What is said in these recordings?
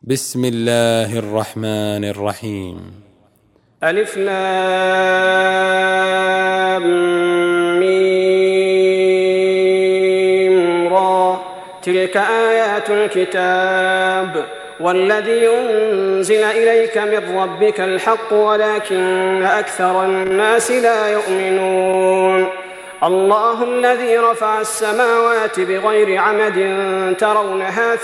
بسم الله الرحمن الرحيم. ألف لام ميم را تلك آيات الكتاب والذي أنزل إليك من ربك الحق ولكن أكثر الناس لا يؤمنون. الله الذي رفع السماوات بغير عمد ترونها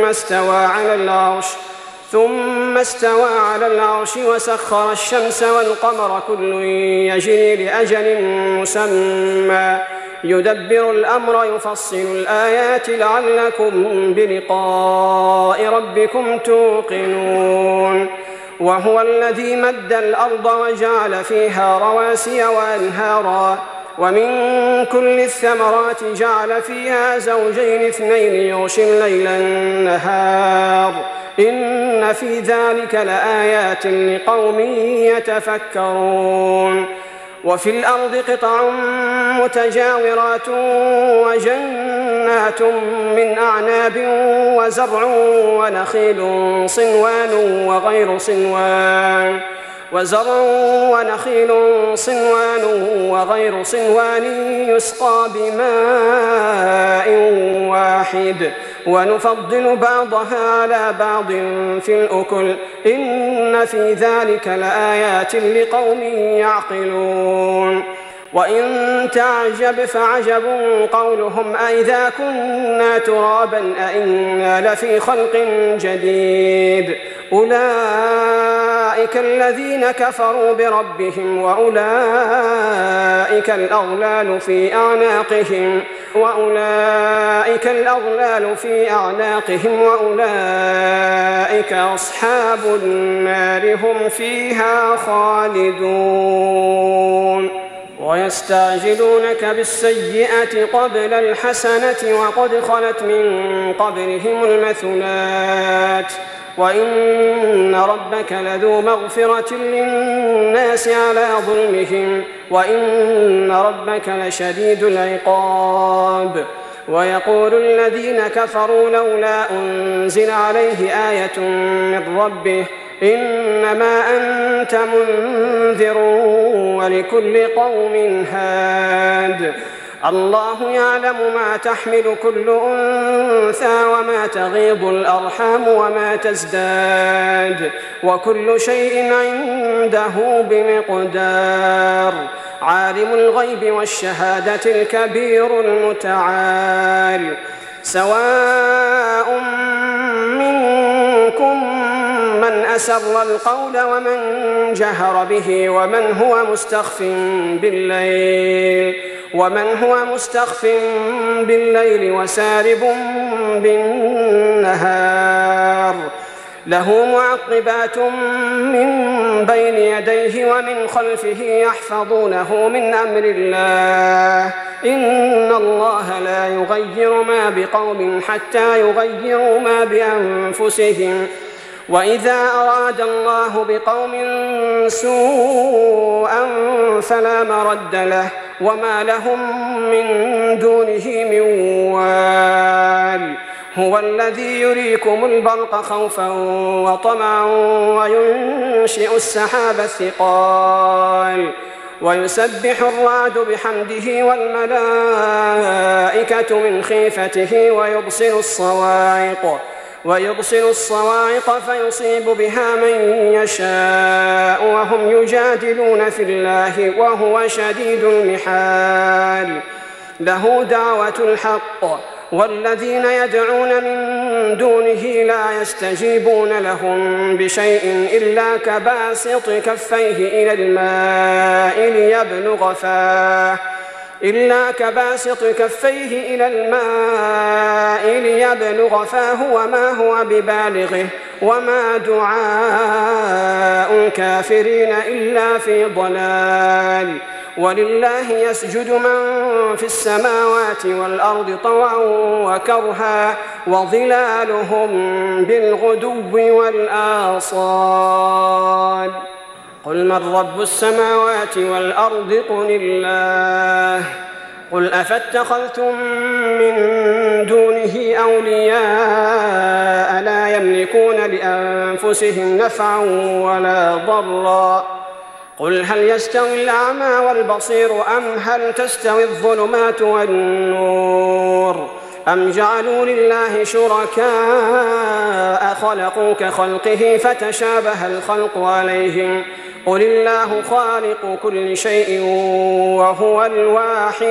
ثم استوى على العرش وسخر الشمس والقمر كل يجري لأجل مسمى يدبر الأمر يفصل الآيات لعلكم بلقاء ربكم توقنون. وهو الذي مد الأرض وجعل فيها رواسي وأنهارا ومن كل الثمرات جعل فيها زوجين اثنين يغشي الليل النهار إن في ذلك لآيات لقوم يتفكرون. وفي الأرض قطع متجاورات وجنات من أعناب وزرع ونخيل صنوان وغير صنوان يسقى بماء واحد ونفضل بعضها على بعض في الأكل إن في ذلك لآيات لقوم يعقلون. وإن تعجب فعجب قولهم أئذا كنا ترابا أئنا لفي خلق جديد أولئك الذين كفروا بربهم وأولئك الأغلال في أعناقهم وأولئك أصحاب النار هم فيها خالدون. ويستعجلونك بالسيئة قبل الحسنة وقد خلت من قبلهم المثلات وإن ربك لذو مغفرة للناس على ظلمهم وإن ربك لشديد العقاب. ويقول الذين كفروا لولا أنزل عليه آية من ربه إنما أنت منذر ولكل قوم هاد. الله يعلم ما تحمل كل أنثى وما تغيض الأرحام وما تزداد وكل شيء عنده بمقدار. عالم الغيب والشهادة الكبير المتعال. سواء منكم من أسر القول ومن جهر به ومن هو مستخف بالليل وسارب بالنهار. له معقبات من بين يديه ومن خلفه يحفظونه من أمر الله إن الله لا يغير ما بقوم حتى يغيروا ما بأنفسهم وإذا أراد الله بقوم سوءا فلا مرد له وما لهم من دونه من وال. هو الذي يريكم البرق خوفا وطمعا وينشئ السحاب الثقال ويسبح الرعد بحمده والملائكة من خيفته ويبصر الصواعق فيصيب بها من يشاء وهم يجادلون في الله وهو شديد المحال. له دعوة الحق والذين يدعون من دونه لا يستجيبون لهم بشيء إلا كباسط كفيه إلى الماء ليبلغ فاه وما هو ببالغه وما دعاء الكافرين إلا في ضلال. ولله يسجد من في السماوات والأرض طوعا وكرها وظلالهم بالغدو والآصال. قل من رب السماوات والأرض قل الله قل أفاتخذتم من دونه أولياء لا يملكون لأنفسهم نفعا ولا ضرا قل هل يستوي الأعمى والبصير أم هل تستوي الظلمات والنور أم جعلوا لله شركاء خلقوا كخلقه فتشابه الخلق عليهم قل الله خالق كل شيء وهو الواحد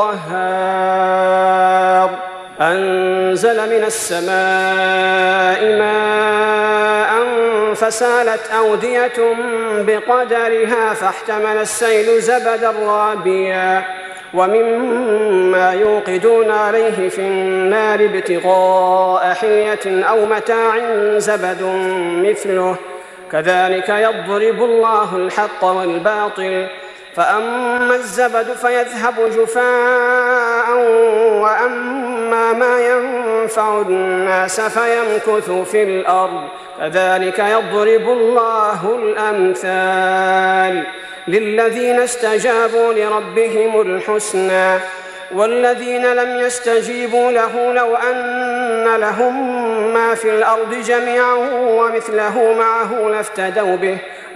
القهار أنزل من السماء ماء فسالت أودية بقدرها فاحتمل السيل زبدا رابيا ومما يوقدون عليه في النار ابتغاء حلية أو متاع زبد مثله كذلك يضرب الله الحق والباطل فأما الزبد فيذهب جفاء وأما ما ينفع الناس فيمكث في الأرض كذلك يضرب الله الأمثال للذين استجابوا لربهم الحسنى والذين لم يستجيبوا له لو أن لهم ما في الأرض جميعا ومثله معه لافتدوا به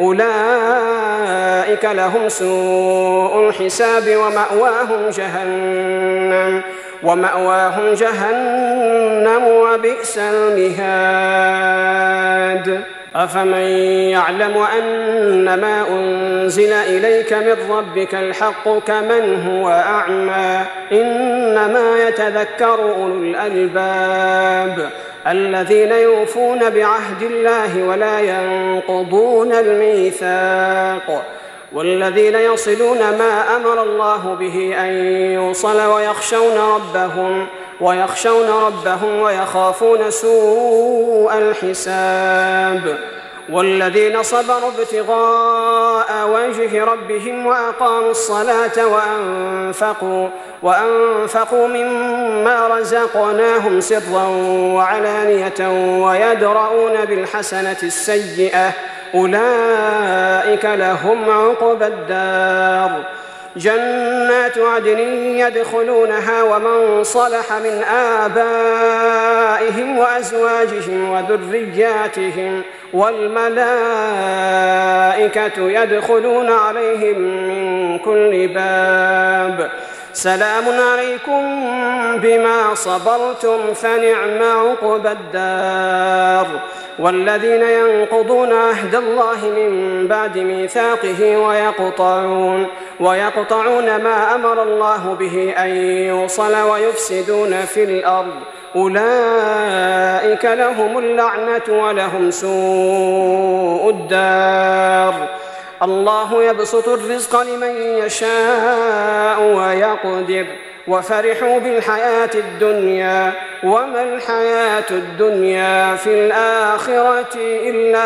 أولئك لهم سوء الحساب ومأواهم جهنم وبئس المهاد أفمن يعلم أن ما أنزل إليك من ربك الحق كمن هو أعمى إنما يتذكر أولو الألباب الذين يوفون بعهد الله ولا ينقضون الميثاق والذين يصلون ما أمر الله به أن يوصل ويخشون ربهم ويخافون سوء الحساب والذين صبروا ابتغاء وجه ربهم وأقاموا الصلاة وأنفقوا مما رزقناهم سرا وعلانية ويدرؤون بالحسنة السيئة أولئك لهم عقبى الدار جنات عدن يدخلونها ومن صلح من آبائهم وأزواجهم وذرياتهم والملائكة يدخلون عليهم من كل باب سلام عليكم بما صبرتم فنعم عقبى الدار والذين ينقضون عهد الله من بعد ميثاقه ويقطعون ما أمر الله به أن يوصل ويفسدون في الأرض أولئك لهم اللعنة ولهم سوء الدار الله يبسط الرزق لمن يشاء ويقدر وفرحوا بالحياة الدنيا وما الحياة الدنيا في الآخرة إلا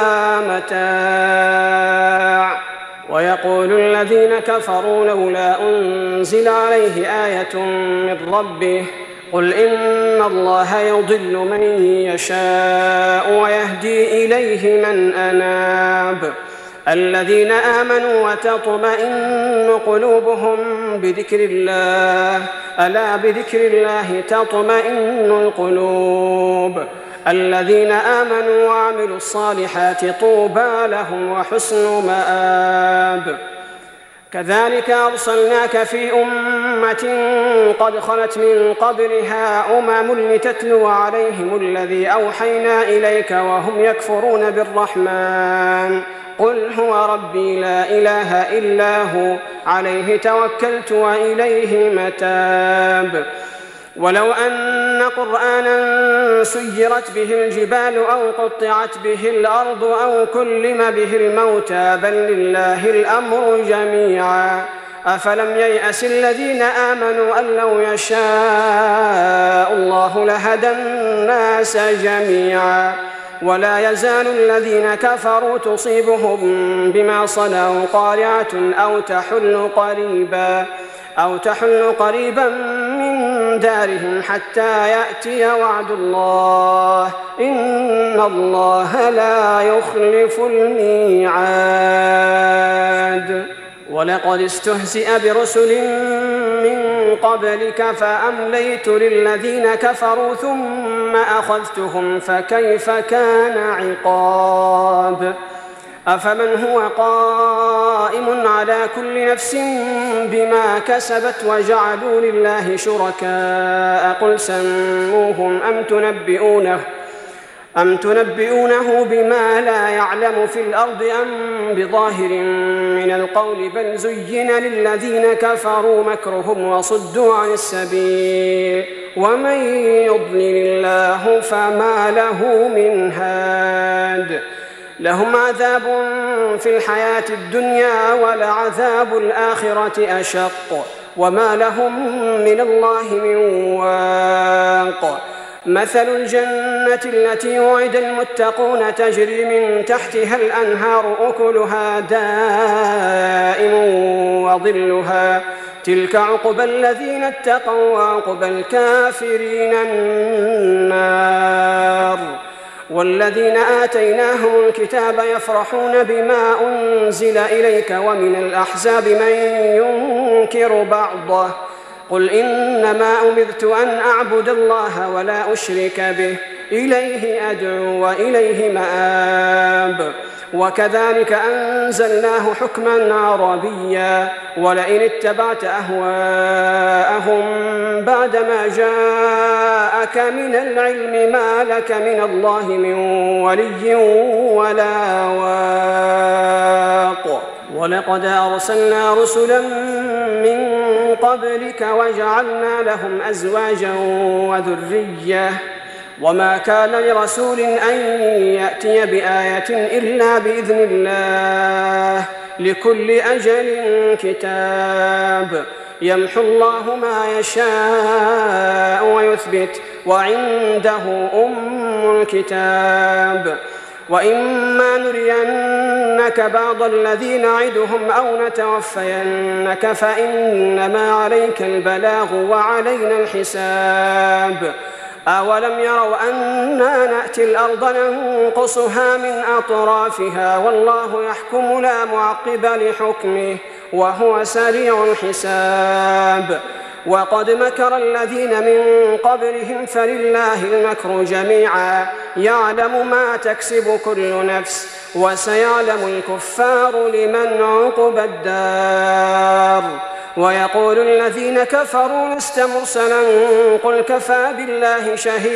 متاع ويقول الذين كفروا لولا أنزل عليه آية من ربه قل إن الله يضل من يشاء ويهدي إليه من أناب الذين آمنوا وتطمئن قلوبهم بذكر الله ألا بذكر الله تطمئن القلوب الذين آمنوا وعملوا الصالحات طوبى لهم وحسن مآب كذلك أرسلناك في أمة قد خلت من قبلها لتتلو عليهم الذي أوحينا إليك وهم يكفرون بالرحمن قل هو ربي لا إله إلا هو عليه توكلت وإليه متاب ولو أن قرآنا سيرت به الجبال أو قطعت به الأرض أو كلم به الموتى بل لله الأمر جميعا أفلم ييأس الذين آمنوا أن لو يشاء الله لهدى الناس جميعا ولا يزال الذين كفروا تصيبهم بما صنعوا قارعة أو تحل قريبا من دارهم حتى يأتي وعد الله إن الله لا يخلف الميعاد ولقد استهزئ برسل من قبلك فأمليت للذين كفروا ثم أخذتهم فكيف كان عقاب أفمن هو قائم على كل نفس بما كسبت وجعلوا لله شركاء قل سموهم أم تنبئونه بما لا يعلم في الأرض أم بظاهر من القول بل زين للذين كفروا مكرهم وصدوا عن السبيل ومن يضلل الله فما له من هاد لهم عذاب في الحياة الدنيا ولعذاب الآخرة أشق وما لهم من الله من واق مثل الجنة التي وعد المتقون تجري من تحتها الأنهار أكلها دائم وظلها تلك عقبى الذين اتقوا وعقبى الكافرين النار والذين آتيناهم الكتاب يفرحون بما أنزل إليك ومن الأحزاب من ينكر بعضه قل إنما أمرت أن أعبد الله ولا أشرك به إليه أدعو وإليه مآب وكذلك أنزلناه حكما عربيا ولئن اتبعت أهواءهم بعدما جاءك من العلم ما لك من الله من ولي ولا واق ولقد أرسلنا رسلا من قبلك وجعلنا لهم أزواجا وذرية وما كان لرسول أن يأتي بآية إلا بإذن الله لكل أجل كتاب يمحو الله ما يشاء ويثبت وعنده أم الكتاب وإما نرينك بعض الذي نعدهم أو نتوفينك فإنما عليك البلاغ وعلينا الحساب أولم يروا أنا نأتي الأرض ننقصها من أطرافها والله يحكم لا معقب لحكمه وهو سريع الحساب وقد مكر الذين من قبلهم فلله المكر جميعا يعلم ما تكسب كل نفس وسيعلم الكفار لمن عقبى الدار ويقول الذين كفروا لست مرسلا قل كفى بالله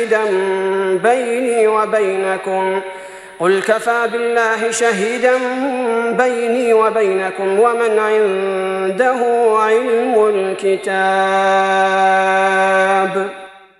شهيدا بيني وبينكم ومن عنده علم الكتاب